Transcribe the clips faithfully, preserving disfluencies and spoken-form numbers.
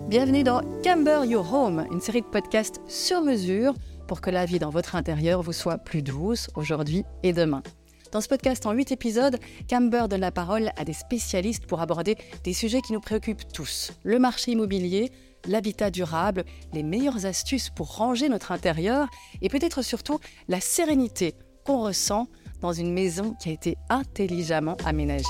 Bienvenue dans Camber Your Home, une série de podcasts sur mesure pour que la vie dans votre intérieur vous soit plus douce aujourd'hui et demain. Dans ce podcast en huit épisodes, Camber donne la parole à des spécialistes pour aborder des sujets qui nous préoccupent tous. Le marché immobilier, l'habitat durable, les meilleures astuces pour ranger notre intérieur et peut-être surtout la sérénité qu'on ressent dans une maison qui a été intelligemment aménagée.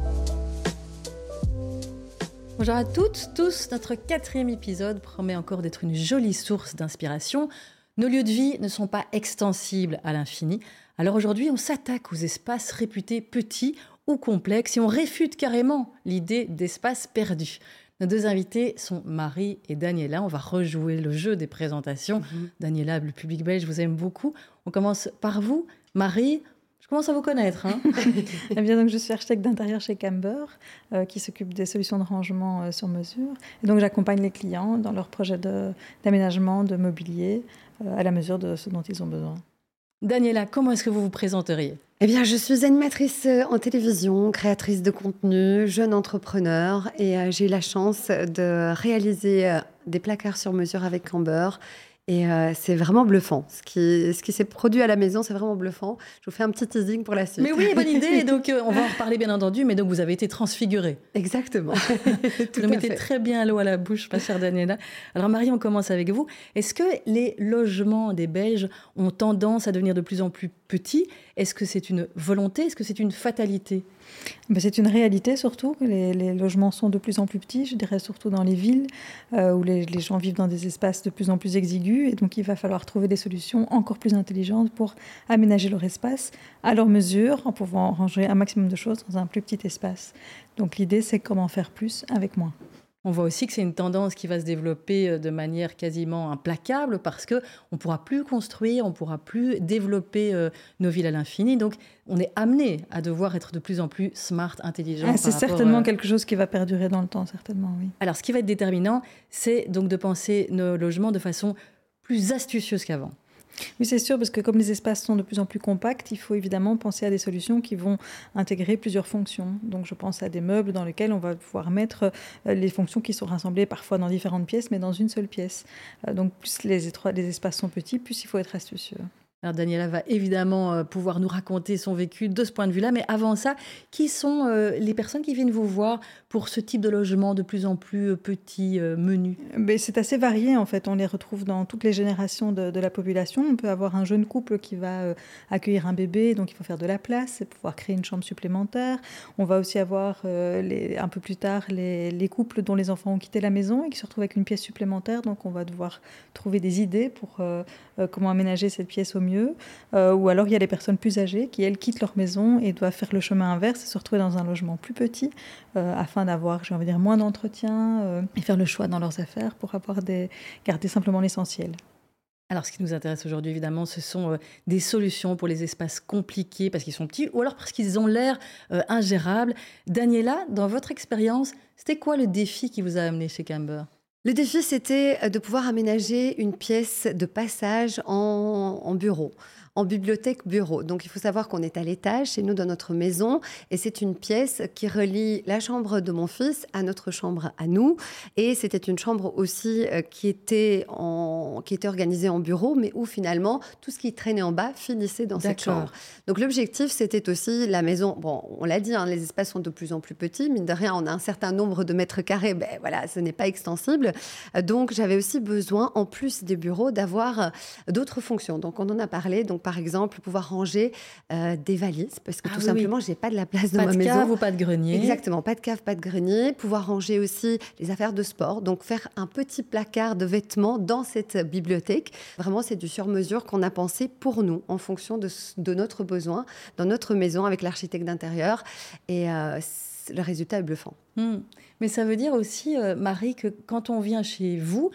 Bonjour à toutes, tous, notre quatrième épisode promet encore d'être une jolie source d'inspiration. Nos lieux de vie ne sont pas extensibles à l'infini, alors aujourd'hui on s'attaque aux espaces réputés petits ou complexes et on réfute carrément l'idée d'espaces perdus. Nos deux invités sont Marie et Daniela. On va rejouer le jeu des présentations. Mmh. Daniela, le public belge vous aime beaucoup. On commence par vous. Marie, je commence à vous connaître. Hein. Eh bien, donc, je suis architecte d'intérieur chez Camber, euh, qui s'occupe des solutions de rangement euh, sur mesure. Et donc, j'accompagne les clients dans leurs projets de, d'aménagement, de mobilier, euh, à la mesure de ce dont ils ont besoin. Daniela, comment est-ce que vous vous présenteriez ? Eh bien, je suis animatrice en télévision, créatrice de contenu, jeune entrepreneur et euh, j'ai eu la chance de réaliser euh, des placards sur mesure avec Camber. Et euh, c'est vraiment bluffant. Ce qui, ce qui s'est produit à la maison, c'est vraiment bluffant. Je vous fais un petit teasing pour la suite. Mais oui, bonne idée. Et donc, euh, on va en reparler bien entendu. Mais donc, vous avez été transfigurée. Exactement. Vous nous mettez très bien l'eau à la bouche, ma chère Daniela. Alors, Marie, on commence avec vous. Est-ce que les logements des Belges ont tendance à devenir de plus en plus petits ? Est-ce que c'est une volonté ? Est-ce que c'est une fatalité ? Ben, c'est une réalité surtout. Les, les logements sont de plus en plus petits, je dirais surtout dans les villes euh, où les, les gens vivent dans des espaces de plus en plus exigus. Et donc, il va falloir trouver des solutions encore plus intelligentes pour aménager leur espace à leur mesure, en pouvant ranger un maximum de choses dans un plus petit espace. Donc, l'idée, c'est comment faire plus avec moins. On voit aussi que c'est une tendance qui va se développer de manière quasiment implacable parce qu'on ne pourra plus construire, on ne pourra plus développer euh, nos villes à l'infini. Donc, on est amené à devoir être de plus en plus smart, intelligent. Ah, c'est certainement à... quelque chose qui va perdurer dans le temps, certainement, oui. Alors, ce qui va être déterminant, c'est donc de penser nos logements de façon plus astucieuse qu'avant. Oui, c'est sûr, parce que comme les espaces sont de plus en plus compacts, il faut évidemment penser à des solutions qui vont intégrer plusieurs fonctions. Donc, je pense à des meubles dans lesquels on va pouvoir mettre les fonctions qui sont rassemblées parfois dans différentes pièces, mais dans une seule pièce. Donc, plus les, étroits, les espaces sont petits, plus il faut être astucieux. Alors, Daniela va évidemment pouvoir nous raconter son vécu de ce point de vue-là. Mais avant ça, qui sont les personnes qui viennent vous voir pour ce type de logement de plus en plus petit, menu ? Mais c'est assez varié, en fait. On les retrouve dans toutes les générations de, de la population. On peut avoir un jeune couple qui va accueillir un bébé, donc il faut faire de la place et pouvoir créer une chambre supplémentaire. On va aussi avoir, euh, les, un peu plus tard, les, les couples dont les enfants ont quitté la maison et qui se retrouvent avec une pièce supplémentaire. Donc, on va devoir trouver des idées pour euh, euh, comment aménager cette pièce au mieux. mieux, euh, ou alors il y a des personnes plus âgées qui, elles, quittent leur maison et doivent faire le chemin inverse et se retrouver dans un logement plus petit euh, afin d'avoir, j'ai envie de dire, moins d'entretien euh, et faire le choix dans leurs affaires pour avoir des, garder simplement l'essentiel. Alors, ce qui nous intéresse aujourd'hui, évidemment, ce sont euh, des solutions pour les espaces compliqués parce qu'ils sont petits ou alors parce qu'ils ont l'air euh, ingérables. Daniela, dans votre expérience, c'était quoi le défi qui vous a amené chez Camber ? Le défi, c'était de pouvoir aménager une pièce de passage en, en bureau, en bibliothèque bureau. Donc, il faut savoir qu'on est à l'étage chez nous dans notre maison et c'est une pièce qui relie la chambre de mon fils à notre chambre à nous. Et c'était une chambre aussi euh, qui était, en, qui était organisée en bureau, mais où finalement, tout ce qui traînait en bas finissait dans D'accord. cette chambre. Donc, l'objectif, c'était aussi la maison. Bon, on l'a dit, hein, les espaces sont de plus en plus petits. Mine de rien, on a un certain nombre de mètres carrés. Ben voilà, ce n'est pas extensible. Donc, j'avais aussi besoin, en plus des bureaux, d'avoir d'autres fonctions. Donc, on en a parlé. Donc, par exemple, pouvoir ranger euh, des valises, parce que ah, tout oui, simplement, oui. je n'ai pas de la place dans pas ma de maison. Pas de cave ou pas de grenier. Exactement, pas de cave, pas de grenier. Pouvoir ranger aussi les affaires de sport. Donc, faire un petit placard de vêtements dans cette bibliothèque. Vraiment, c'est du sur-mesure qu'on a pensé pour nous, en fonction de, de notre besoin, dans notre maison, avec l'architecte d'intérieur. Et euh, le résultat est bluffant. Mmh. Mais ça veut dire aussi, euh, Marie, que quand on vient chez vous,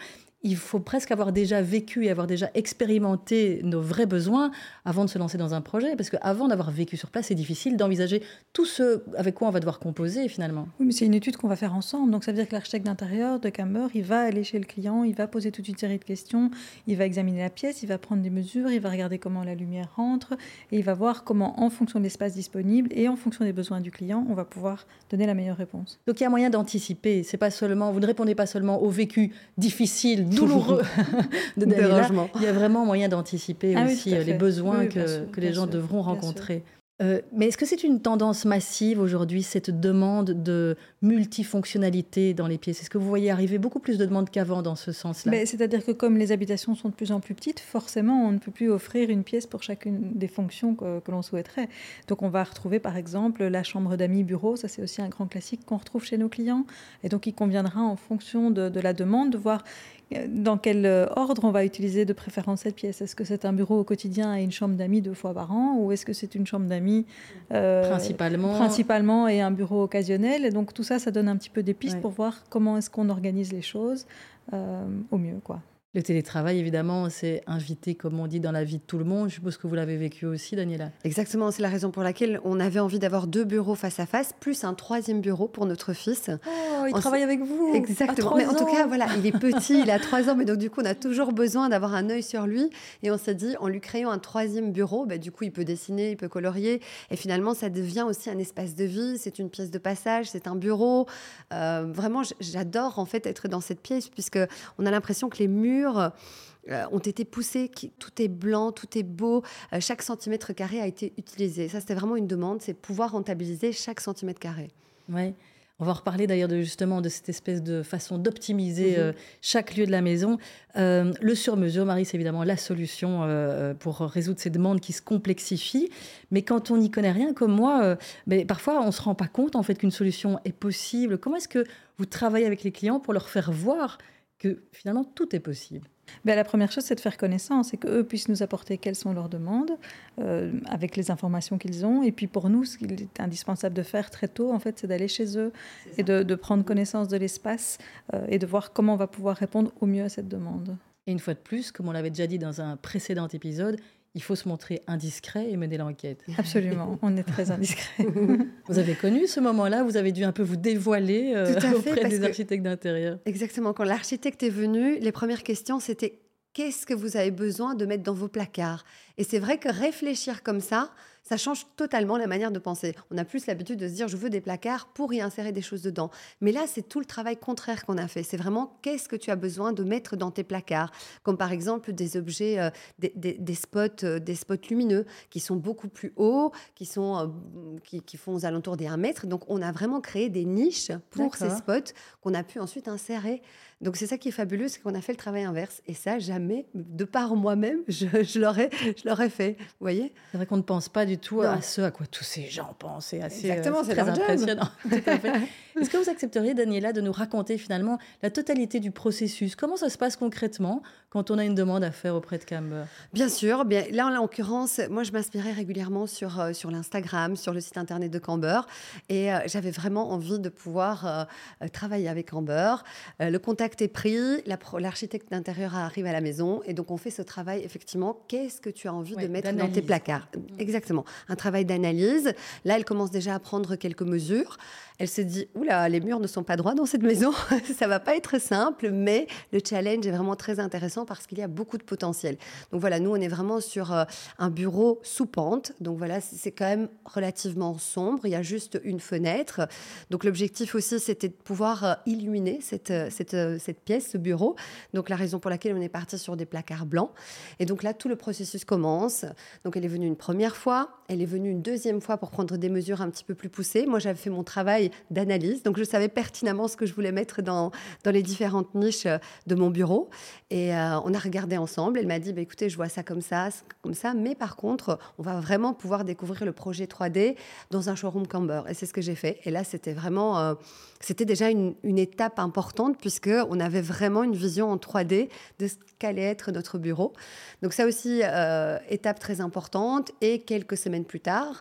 il faut presque avoir déjà vécu et avoir déjà expérimenté nos vrais besoins avant de se lancer dans un projet. Parce qu'avant d'avoir vécu sur place, c'est difficile d'envisager tout ce avec quoi on va devoir composer finalement. Oui, mais c'est une étude qu'on va faire ensemble. Donc ça veut dire que l'architecte d'intérieur de Camber, il va aller chez le client, il va poser toute une série de questions, il va examiner la pièce, il va prendre des mesures, il va regarder comment la lumière rentre et il va voir comment, en fonction de l'espace disponible et en fonction des besoins du client, on va pouvoir donner la meilleure réponse. Donc il y a moyen d'anticiper. C'est pas seulement, vous ne répondez pas seulement au vécu difficile, douloureux de Daniela. Il y a vraiment moyen d'anticiper ah aussi oui, les besoins oui, que, sûr, que les gens sûr, devront rencontrer. Euh, mais est-ce que c'est une tendance massive aujourd'hui, cette demande de multifonctionnalité dans les pièces? Est-ce que vous voyez arriver beaucoup plus de demandes qu'avant dans ce sens-là? Mais c'est-à-dire que comme les habitations sont de plus en plus petites, forcément, on ne peut plus offrir une pièce pour chacune des fonctions que, que l'on souhaiterait. Donc on va retrouver par exemple la chambre d'amis bureau, ça c'est aussi un grand classique qu'on retrouve chez nos clients. Et donc il conviendra en fonction de, de la demande de voir dans quel ordre on va utiliser de préférence cette pièce. Est-ce que c'est un bureau au quotidien et une chambre d'amis deux fois par an, ou est-ce que c'est une chambre d'amis euh, principalement. principalement et un bureau occasionnel? Et donc tout ça, ça donne un petit peu des pistes ouais. pour voir comment est-ce qu'on organise les choses euh, au mieux, quoi. Le télétravail, évidemment, c'est invité, comme on dit, dans la vie de tout le monde. Je suppose que vous l'avez vécu aussi, Daniela. Exactement, c'est la raison pour laquelle on avait envie d'avoir deux bureaux face à face, plus un troisième bureau pour notre fils. Oh, il on travaille avec vous. Exactement. Mais en tout cas, voilà, il est petit, il a trois ans, mais donc du coup, on a toujours besoin d'avoir un œil sur lui. Et on s'est dit, en lui créant un troisième bureau, bah, du coup, il peut dessiner, il peut colorier. Et finalement, ça devient aussi un espace de vie. C'est une pièce de passage, c'est un bureau. Euh, vraiment, j'adore en fait être dans cette pièce, puisque on a l'impression que les murs Euh, ont été poussés, qui, tout est blanc, tout est beau, euh, chaque centimètre carré a été utilisé. Ça, c'était vraiment une demande, c'est pouvoir rentabiliser chaque centimètre carré. Oui, on va reparler d'ailleurs de, justement de cette espèce de façon d'optimiser mmh. euh, chaque lieu de la maison. Euh, le sur-mesure, Marie, c'est évidemment la solution euh, pour résoudre ces demandes qui se complexifient. Mais quand on n'y connaît rien, comme moi, euh, mais parfois on ne se rend pas compte en fait, qu'une solution est possible. Comment est-ce que vous travaillez avec les clients pour leur faire voir que finalement tout est possible? Ben, la première chose, c'est de faire connaissance et qu'eux puissent nous apporter quelles sont leurs demandes euh, avec les informations qu'ils ont. Et puis pour nous, ce qu'il est indispensable de faire très tôt, en fait, c'est d'aller chez eux et de, de prendre connaissance de l'espace euh, et de voir comment on va pouvoir répondre au mieux à cette demande. Et une fois de plus, comme on l'avait déjà dit dans un précédent épisode, il faut se montrer indiscret et mener l'enquête. Absolument, on est très indiscret. Vous avez connu ce moment-là, vous avez dû un peu vous dévoiler euh, auprès des architectes d'intérieur. Exactement, quand l'architecte est venu, les premières questions, c'était « qu'est-ce que vous avez besoin de mettre dans vos placards ?» Et c'est vrai que réfléchir comme ça, ça change totalement la manière de penser. On a plus l'habitude de se dire « je veux des placards pour y insérer des choses dedans ». Mais là, c'est tout le travail contraire qu'on a fait. C'est vraiment qu'est-ce que tu as besoin de mettre dans tes placards. Comme par exemple des objets, euh, des, des, des, spots, euh, des spots lumineux qui sont beaucoup plus hauts, qui, sont, euh, qui, qui font aux alentours des un mètre. Donc, on a vraiment créé des niches pour D'accord. ces spots qu'on a pu ensuite insérer. Donc, c'est ça qui est fabuleux, c'est qu'on a fait le travail inverse. Et ça, jamais, de par moi-même, je, je, l'aurais, je l'aurais fait. Vous voyez ? C'est vrai qu'on ne pense pas du tout non. à ce à quoi tous ces gens pensent. C'est assez Exactement, euh, c'est très impressionnant. Tout à fait. Est-ce que vous accepteriez, Daniela, de nous raconter finalement la totalité du processus? Comment ça se passe concrètement quand on a une demande à faire auprès de Camber? Bien sûr. Bien, là, en l'occurrence, moi, je m'inspirais régulièrement sur, euh, sur l'Instagram, sur le site internet de Camber. Et euh, j'avais vraiment envie de pouvoir euh, travailler avec Camber. Euh, le contact est pris, la pro- l'architecte d'intérieur arrive à la maison. Et donc, on fait ce travail, effectivement. Qu'est-ce que tu as envie ouais, de mettre d'analyse. Dans tes placards? Mmh. Exactement. Un travail d'analyse. Là, elle commence déjà à prendre quelques mesures. Elle se dit, oula, les murs ne sont pas droits dans cette maison, ça va pas être simple, mais le challenge est vraiment très intéressant parce qu'il y a beaucoup de potentiel. Donc voilà, nous, on est vraiment sur euh, un bureau sous pente. Donc voilà, c'est quand même relativement sombre. Il y a juste une fenêtre. Donc l'objectif aussi, c'était de pouvoir euh, illuminer cette, cette, euh, cette pièce, ce bureau. Donc la raison pour laquelle on est parti sur des placards blancs. Et donc là, tout le processus commence. Donc elle est venue une première fois, elle est venue une deuxième fois pour prendre des mesures un petit peu plus poussées. Moi, j'avais fait mon travail d'analyse. Donc, je savais pertinemment ce que je voulais mettre dans, dans les différentes niches de mon bureau. Et euh, on a regardé ensemble. Elle m'a dit, bah, écoutez, je vois ça comme ça, comme ça. Mais par contre, on va vraiment pouvoir découvrir le projet trois D dans un showroom Camber. Et c'est ce que j'ai fait. Et là, c'était vraiment... Euh, c'était déjà une, une étape importante puisqu'on avait vraiment une vision en trois D de ce qu'allait être notre bureau. Donc, ça aussi, euh, étape très importante. Et quelques semaines plus tard,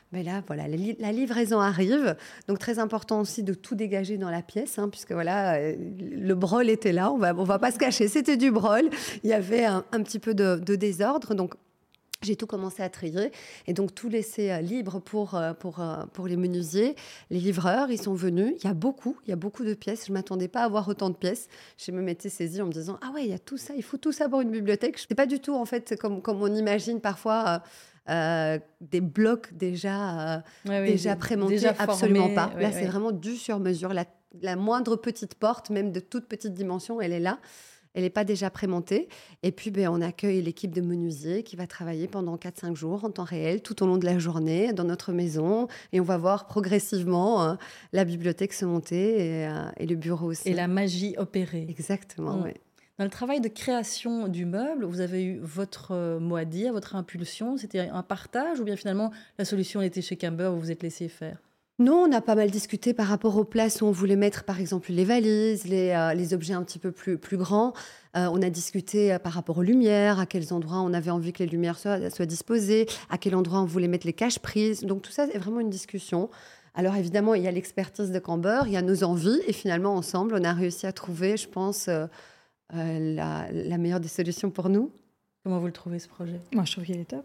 Mais là, voilà, la, li- la livraison arrive. Donc, très important aussi de tout dégager dans la pièce, hein, puisque voilà, euh, le brol était là. On va, on va pas se cacher, c'était du brol. Il y avait un, un petit peu de, de désordre. Donc, j'ai tout commencé à trier et donc tout laissé euh, libre pour, euh, pour, euh, pour les menuisiers. Les livreurs, ils sont venus. Il y a beaucoup, il y a beaucoup de pièces. Je ne m'attendais pas à avoir autant de pièces. Je me m'étais saisie en me disant « Ah ouais, il y a tout ça, il faut tout ça pour une bibliothèque. » Ce n'est pas du tout, en fait, comme, comme on imagine parfois euh, euh, des blocs déjà, euh, Ouais, oui, déjà dé- prémontés. déjà Absolument formés, pas. ouais, Là, ouais. c'est vraiment du sur-mesure. La, la moindre petite porte, même de toute petite dimension, elle est là. Elle n'est pas déjà prémontée. Et puis, ben, on accueille l'équipe de menuisiers qui va travailler pendant quatre cinq jours en temps réel, tout au long de la journée, dans notre maison. Et on va voir progressivement euh, la bibliothèque se monter et, euh, et le bureau aussi. Et la magie opérée. Exactement, Mm. oui. Dans le travail de création du meuble, vous avez eu votre euh, mot à dire, votre impulsion. C'était un partage ou bien finalement la solution était chez Camber, vous vous êtes laissé faire? Nous, on a pas mal discuté par rapport aux places où on voulait mettre, par exemple, les valises, les, euh, les objets un petit peu plus, plus grands. Euh, on a discuté euh, par rapport aux lumières, à quels endroits on avait envie que les lumières soient, soient disposées, à quel endroit on voulait mettre les caches-prises. Donc tout ça, c'est vraiment une discussion. Alors évidemment, il y a l'expertise de Camber, il y a nos envies. Et finalement, ensemble, on a réussi à trouver, je pense, euh, euh, la, la meilleure des solutions pour nous. Comment vous le trouvez, ce projet? Moi, je trouve qu'il est top.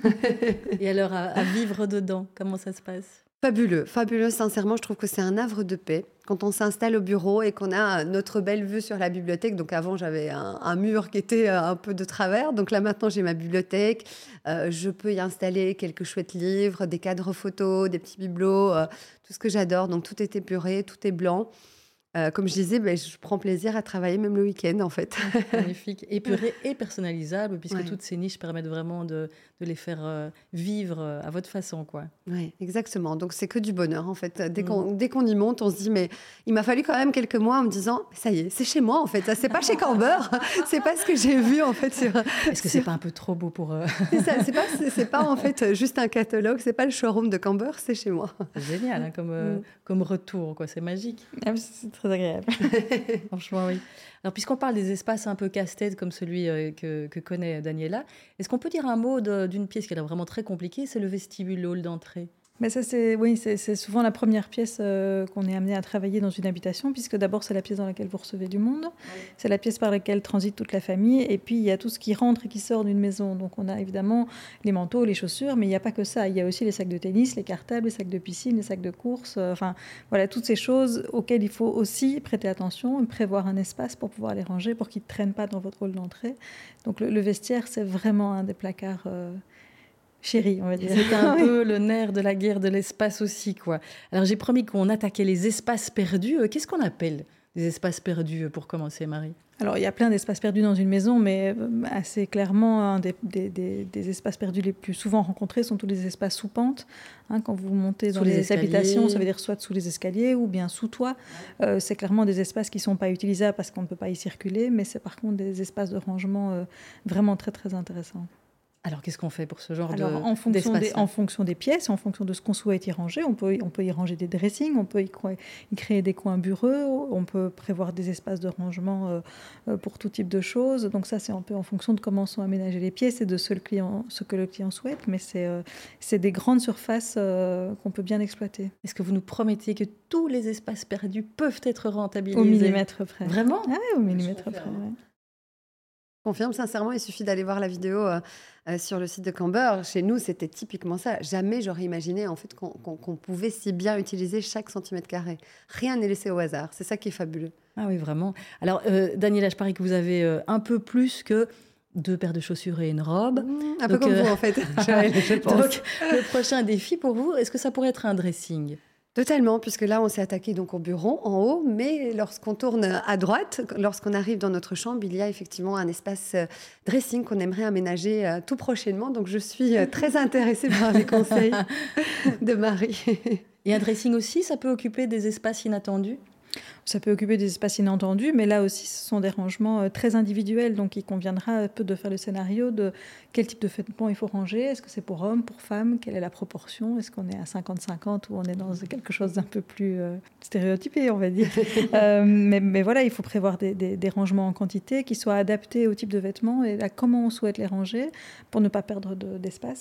Et alors, à, à vivre dedans, comment ça se passe? Fabuleux, fabuleux. Sincèrement, je trouve que c'est un havre de paix. Quand on s'installe au bureau et qu'on a notre belle vue sur la bibliothèque. Donc avant, j'avais un, un mur qui était un peu de travers. Donc là, maintenant, j'ai ma bibliothèque. Euh, je peux y installer quelques chouettes livres, des cadres photos, des petits bibelots, euh, tout ce que j'adore. Donc tout est épuré, tout est blanc. Euh, comme je disais, ben, je prends plaisir à travailler même le week-end, en fait. Magnifique, épuré et personnalisable, puisque Ouais. toutes ces niches permettent vraiment de, de les faire euh, vivre euh, à votre façon, quoi. Oui, exactement. Donc, c'est que du bonheur, en fait. Dès qu'on, Mm. dès qu'on y monte, on se dit, mais il m'a fallu quand même quelques mois en me disant, ça y est, c'est chez moi, en fait. C'est pas chez Camber. C'est pas ce que j'ai vu, en fait. Sur, Est-ce que c'est pas un peu trop beau pour eux? c'est, ça, c'est, pas, c'est, c'est pas, en fait, juste un catalogue. C'est pas le showroom de Camber, c'est chez moi. C'est génial, hein, comme, euh, Mm. comme retour, quoi. C'est magique. Ah, c'est très agréable. Franchement, oui. Alors, puisqu'on parle des espaces un peu casse-tête comme celui euh, que, que connaît Daniela, est-ce qu'on peut dire un mot de- d'une pièce qui est vraiment très compliquée? C'est le vestibule, le hall d'entrée. Mais ça, c'est oui, c'est c'est souvent la première pièce euh, qu'on est amené à travailler dans une habitation, puisque d'abord, c'est la pièce dans laquelle vous recevez du monde, c'est la pièce par laquelle transite toute la famille, et puis il y a tout ce qui rentre et qui sort d'une maison. Donc, on a évidemment les manteaux, les chaussures, mais il n'y a pas que ça. Il y a aussi les sacs de tennis, les cartables, les sacs de piscine, les sacs de course, euh, enfin, voilà, toutes ces choses auxquelles il faut aussi prêter attention et prévoir un espace pour pouvoir les ranger, pour qu'ils ne traînent pas dans votre hall d'entrée. Donc, le, le vestiaire, c'est vraiment un des placards... euh, chéri, on va dire. C'est un peu le nerf de la guerre de l'espace aussi, quoi. Alors, j'ai promis qu'on attaquait les espaces perdus. Euh, Qu'est-ce qu'on appelle des espaces perdus, euh, pour commencer, Marie? Alors, il y a plein d'espaces perdus dans une maison, mais euh, assez clairement, un des, des- des- des espaces perdus les plus souvent rencontrés sont tous les espaces sous pente. Hein, quand vous montez dans Sous les les, escaliers. habitations, ça veut dire soit sous les escaliers ou bien sous toit. Euh, c'est clairement des espaces qui ne sont pas utilisables parce qu'on ne peut pas y circuler, mais c'est par contre des espaces de rangement euh, vraiment très, très intéressants. Alors, qu'est-ce qu'on fait pour ce genre Alors, de en fonction, des, d'espace-là? en fonction des pièces, en fonction de ce qu'on souhaite y ranger, on peut, on peut y ranger des dressings, on peut y, croi- y créer des coins bureaux, on peut prévoir des espaces de rangement euh, euh, pour tout type de choses. Donc ça, c'est un peu en fonction de comment sont aménagées les pièces et de ce, le client, ce que le client souhaite. Mais c'est euh, c'est des grandes surfaces euh, qu'on peut bien exploiter. Est-ce que vous nous promettez que tous les espaces perdus peuvent être rentabilisés? Au millimètre près. Vraiment? Ah, ouais, au millimètre près, confirme. ouais. Confirme, sincèrement, il suffit d'aller voir la vidéo euh, euh, sur le site de Camber. Chez nous, c'était typiquement ça. Jamais j'aurais imaginé en fait qu'on qu'on- qu'on pouvait si bien utiliser chaque centimètre carré. Rien n'est laissé au hasard. C'est ça qui est fabuleux. Ah oui, vraiment. Alors, euh, Daniela, je parie que vous avez euh, un peu plus que deux paires de chaussures et une robe. Mmh, un peu Donc, comme euh, vous, en fait. je, je pense. Donc, le prochain défi pour vous, est-ce que ça pourrait être un dressing? Totalement, puisque là, on s'est attaqué donc au bureau en haut, mais lorsqu'on tourne à droite, lorsqu'on arrive dans notre chambre, il y a effectivement un espace euh, dressing qu'on aimerait aménager euh, tout prochainement. Donc, je suis euh, très intéressée par les conseils de Marie. Et un dressing aussi, ça peut occuper des espaces inattendus? Ça peut occuper des espaces inattendus, mais là aussi, ce sont des rangements euh, très individuels. Donc, il conviendra un peu de faire le scénario de quel type de vêtements il faut ranger. Est-ce que c'est pour hommes, pour femmes? Quelle est la proportion? Est-ce qu'on est à cinquante cinquante ou on est dans quelque chose d'un peu plus euh, stéréotypé, on va dire? Euh, mais, mais voilà, il faut prévoir des, des- des rangements en quantité qui soient adaptés au type de vêtements et à comment on souhaite les ranger pour ne pas perdre de- d'espace.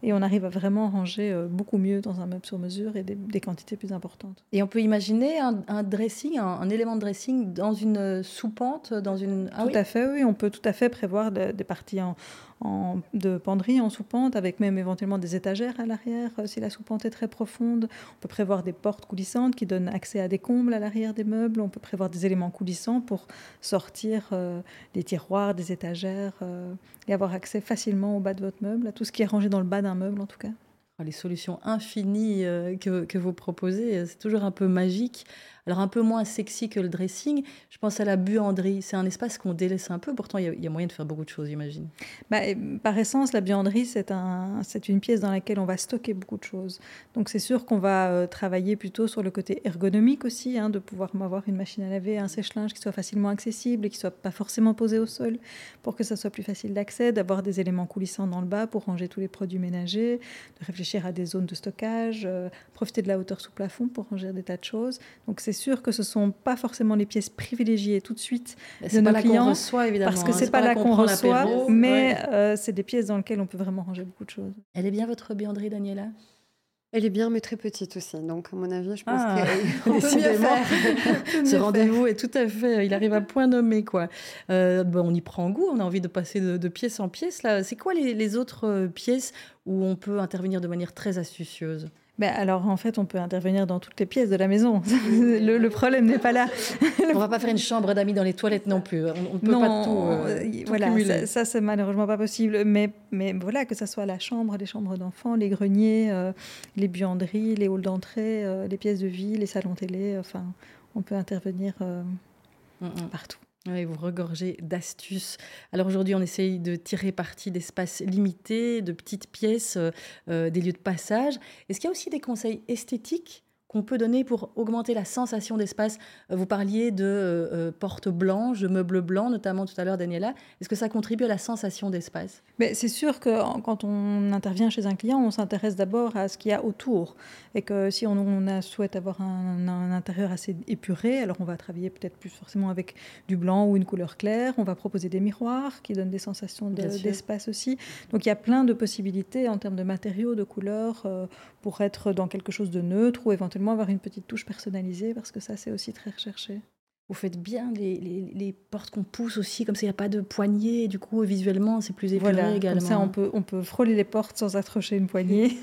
et on arrive à vraiment ranger euh, beaucoup mieux dans un meuble sur mesure et des, des quantités plus importantes. Et on peut imaginer un, un dressing, un, un élément de dressing dans une soupente, dans une... Ah, tout oui à fait, oui, on peut tout à fait prévoir de, des parties en, en, de penderie en soupente, avec même éventuellement des étagères à l'arrière, euh, si la soupente est très profonde. On peut prévoir des portes coulissantes qui donnent accès à des combles à l'arrière des meubles. On peut prévoir des éléments coulissants pour sortir euh, des tiroirs, des étagères, euh, et avoir accès facilement au bas de votre meuble, à tout ce qui est rangé dans le bas d'un meuble en tout cas. Les solutions infinies euh, que, que vous proposez, c'est toujours un peu magique. Alors un peu moins sexy que le dressing, je pense à la buanderie. C'est un espace qu'on délaisse un peu, pourtant il y a, il y a moyen de faire beaucoup de choses, j'imagine. Bah, par essence, la buanderie, c'est, un, c'est une pièce dans laquelle on va stocker beaucoup de choses. Donc c'est sûr qu'on va euh, travailler plutôt sur le côté ergonomique aussi, hein, de pouvoir avoir une machine à laver, un sèche-linge qui soit facilement accessible et qui ne soit pas forcément posé au sol pour que ça soit plus facile d'accès, d'avoir des éléments coulissants dans le bas pour ranger tous les produits ménagers, de réfléchir à des zones de stockage, euh, profiter de la hauteur sous plafond pour ranger des tas de choses. Donc c'est sûr que ce ne sont pas forcément les pièces privilégiées tout de suite de c'est nos pas clients. Là qu'on reçoit, évidemment. Parce que hein. c'est, c'est pas, pas là qu'on, qu'on reçoit, l'apéro, mais ouais. euh, c'est des pièces dans lesquelles on peut vraiment ranger beaucoup de choses. Elle est bien votre buanderie, Daniela ? Elle est bien, mais très petite aussi. Donc, à mon avis, je pense Ah, qu'on peut mieux faire. Ce rendez-vous est tout à fait... Il arrive à point nommé, quoi. Euh, bon, on y prend goût, on a envie de passer de, de pièce en pièce. Là. C'est quoi les, les autres pièces où on peut intervenir de manière très astucieuse ? Ben alors, en fait, on peut intervenir dans toutes les pièces de la maison. le, le problème n'est pas là. On ne va pas faire une chambre d'amis dans les toilettes non plus. On ne peut non, pas tout, euh, tout voilà, cumuler. Ça, ça, c'est malheureusement pas possible. Mais, mais voilà, que ce soit la chambre, les chambres d'enfants, les greniers, euh, les buanderies, les halls d'entrée, euh, les pièces de vie, les salons télé, enfin, on peut intervenir euh, mm-hmm. partout. Oui, vous regorgez d'astuces. Alors aujourd'hui, on essaye de tirer parti d'espaces limités, de petites pièces, euh, des lieux de passage. Est-ce qu'il y a aussi des conseils esthétiques qu'on peut donner pour augmenter la sensation d'espace ? Vous parliez de euh, portes blanches, de meubles blancs, notamment tout à l'heure, Daniela. Est-ce que ça contribue à la sensation d'espace ? Mais c'est sûr que quand on intervient chez un client, on s'intéresse d'abord à ce qu'il y a autour. Et que si on, on a, souhaite avoir un, un intérieur assez épuré, alors on va travailler peut-être plus forcément avec du blanc ou une couleur claire. On va proposer des miroirs qui donnent des sensations de, d'espace aussi. Donc il y a plein de possibilités en termes de matériaux, de couleurs, euh, pour être dans quelque chose de neutre ou éventuellement avoir une petite touche personnalisée, parce que ça, c'est aussi très recherché. Vous faites bien les, les, les portes qu'on pousse aussi, comme ça il n'y a pas de poignée, du coup visuellement c'est plus épuré voilà, également. Comme ça on peut, on peut frôler les portes sans accrocher une poignée,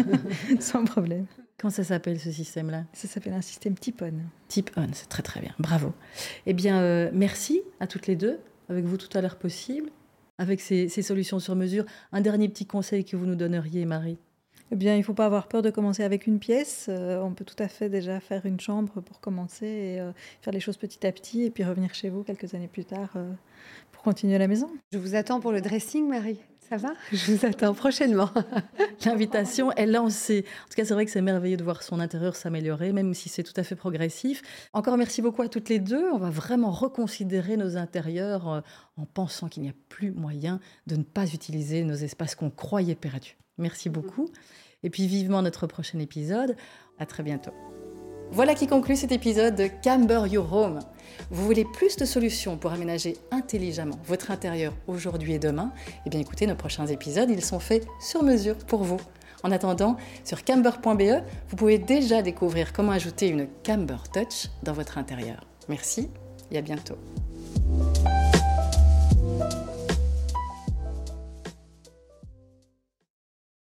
sans problème. Comment ça s'appelle ce système-là ? Ça s'appelle un système Tip-On. Tip-On, c'est très très bien, bravo. Eh bien euh, merci à toutes les deux, avec vous tout à l'heure possible, avec ces, ces solutions sur mesure. Un dernier petit conseil que vous nous donneriez, Marie ? Eh bien, il ne faut pas avoir peur de commencer avec une pièce. Euh, on peut tout à fait déjà faire une chambre pour commencer et euh, faire les choses petit à petit et puis revenir chez vous quelques années plus tard euh, pour continuer la maison. Je vous attends pour le dressing, Marie. Ça va ? Je vous attends prochainement. L'invitation est lancée. En tout cas, c'est vrai que c'est merveilleux de voir son intérieur s'améliorer, même si c'est tout à fait progressif. Encore merci beaucoup à toutes les deux. On va vraiment reconsidérer nos intérieurs euh, en pensant qu'il n'y a plus moyen de ne pas utiliser nos espaces qu'on croyait perdus. Merci beaucoup. Et puis vivement notre prochain épisode. À très bientôt. Voilà qui conclut cet épisode de Camber Your Home. Vous voulez plus de solutions pour aménager intelligemment votre intérieur aujourd'hui et demain ? Eh bien écoutez, nos prochains épisodes, ils sont faits sur mesure pour vous. En attendant, sur camber point b e, vous pouvez déjà découvrir comment ajouter une Camber Touch dans votre intérieur. Merci et à bientôt.